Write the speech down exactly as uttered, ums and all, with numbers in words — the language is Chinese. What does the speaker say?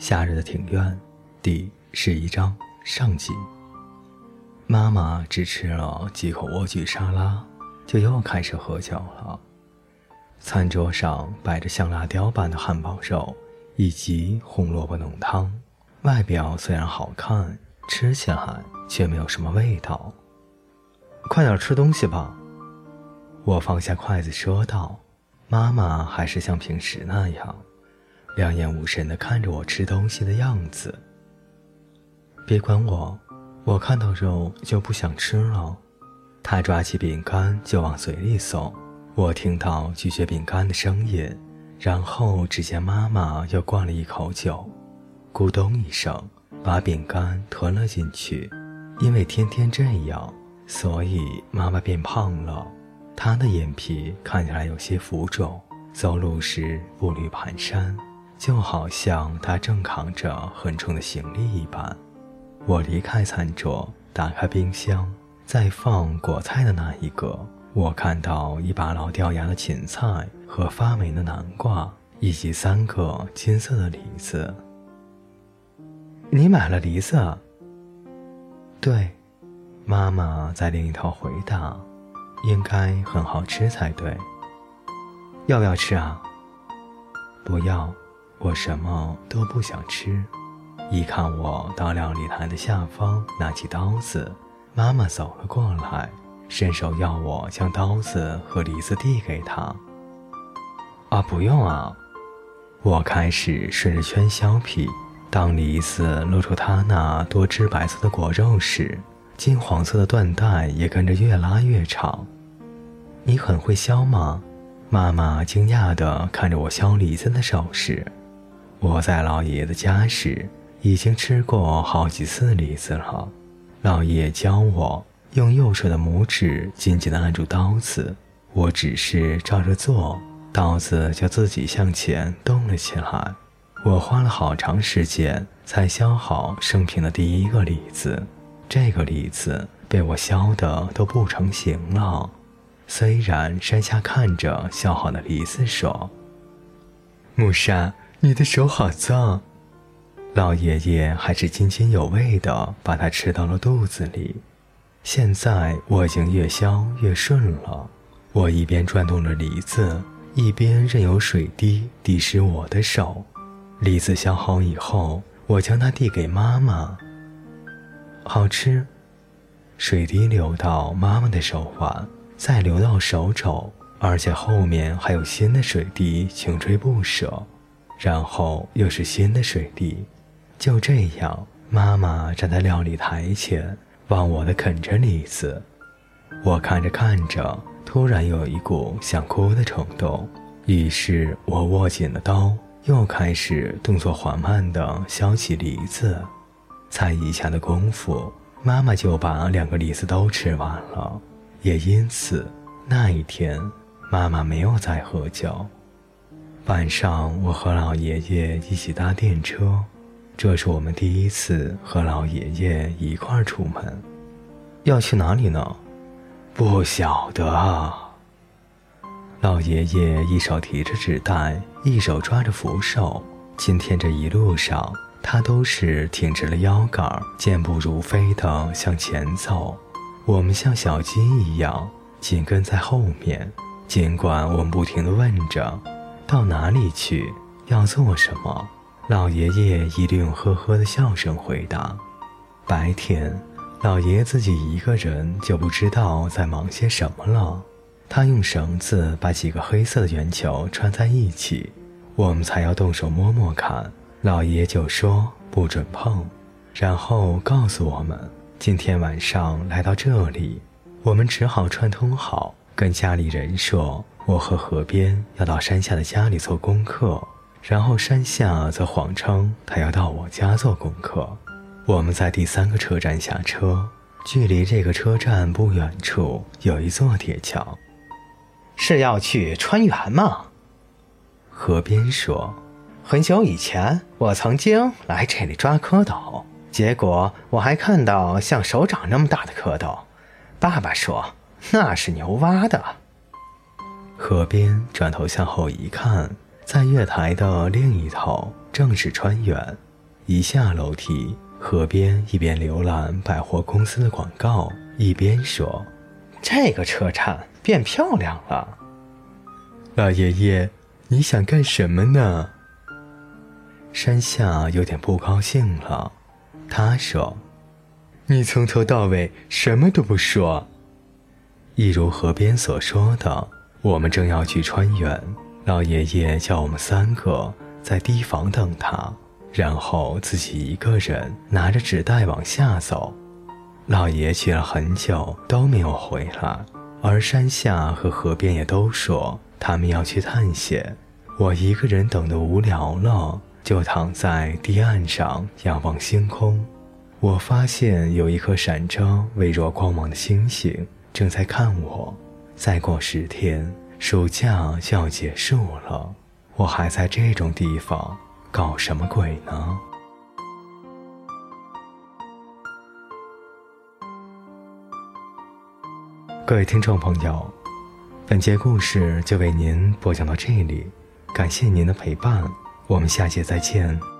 夏日的庭院第十一章上集。妈妈只吃了几口莴苣沙拉，就又开始喝酒了。餐桌上摆着像辣雕般的汉堡肉以及红萝卜浓汤，外表虽然好看，吃起来却没有什么味道。快点吃东西吧，我放下筷子说道。妈妈还是像平时那样两眼无神地看着我吃东西的样子。别管我，我看到肉就不想吃了。她抓起饼干就往嘴里送，我听到咀嚼饼干的声音，然后只见妈妈又灌了一口酒，咕咚一声把饼干吞了进去。因为天天这样，所以妈妈变胖了。她的眼皮看起来有些浮肿，走路时步履蹒跚，就好像她正扛着很重的行李一般。我离开餐桌，打开冰箱，在放果菜的那一个，我看到一把老掉牙的芹菜和发霉的南瓜，以及三个金色的梨子。你买了梨子？对，妈妈在另一头回答，应该很好吃才对。要不要吃啊？不要，我什么都不想吃。一看我到料理台的下方拿起刀子，妈妈走了过来，伸手要我将刀子和梨子递给她。啊，不用啊。我开始顺着圈削皮，当梨子露出它那多汁白色的果肉时，金黄色的缎带也跟着越拉越长。你很会削吗？妈妈惊讶地看着我削梨子的手势。我在老爷爷的家时已经吃过好几次梨子了。老爷爷教我用右手的拇指紧紧地按住刀子，我只是照着做，刀子就自己向前动了起来。我花了好长时间才削好生平的第一个梨子，这个梨子被我削得都不成形了。虽然山下看着削好的梨子说：木莎，你的手好脏。老爷爷还是津津有味地把它吃到了肚子里。现在我已经越削越顺了，我一边转动着梨子，一边任由水滴滴湿我的手。梨子削好以后，我将它递给妈妈。好吃。水滴流到妈妈的手腕，再流到手肘，而且后面还有新的水滴穷追不舍，然后又是新的水滴。就这样，妈妈站在料理台前，忘我地啃着梨子。我看着看着，突然有一股想哭的冲动，于是我握紧了刀，又开始动作缓慢地削起梨子。才一下的功夫，妈妈就把两个梨子都吃完了，也因此那一天妈妈没有再喝酒。晚上我和老爷爷一起搭电车，这是我们第一次和老爷爷一块儿出门。要去哪里呢？不晓得。老爷爷一手提着纸袋，一手抓着扶手。今天这一路上他都是挺直了腰杆，健步如飞地向前走。我们像小鸡一样紧跟在后面，尽管我们不停地问着到哪里去，要做什么，老爷爷一律用呵呵的笑声回答。白天老爷爷自己一个人就不知道在忙些什么了。他用绳子把几个黑色的圆球穿在一起，我们才要动手摸摸看，老爷爷就说不准碰，然后告诉我们今天晚上来到这里。我们只好串通好，跟家里人说我和河边要到山下的家里做功课，然后山下则谎称他要到我家做功课。我们在第三个车站下车，距离这个车站不远处有一座铁桥。是要去川原吗？河边说，很久以前我曾经来这里抓蝌蚪，结果我还看到像手掌那么大的蝌蚪，爸爸说那是牛蛙的。河边转头向后一看，在月台的另一头正是川原。 一下楼梯，河边一边浏览百货公司的广告，一边说：“这个车站变漂亮了。”老爷爷，你想干什么呢？山下有点不高兴了，他说：“你从头到尾什么都不说。”一如河边所说的，我们正要去川原，老爷爷叫我们三个在堤防等他，然后自己一个人拿着纸袋往下走。老爷去了很久都没有回来，而山下和河边也都说他们要去探险。我一个人等得无聊了，就躺在堤岸上仰望星空。我发现有一颗闪着微弱光芒的星星正在看我。再过十天，暑假就要结束了，我还在这种地方搞什么鬼呢？各位听众朋友，本节故事就为您播讲到这里，感谢您的陪伴，我们下节再见。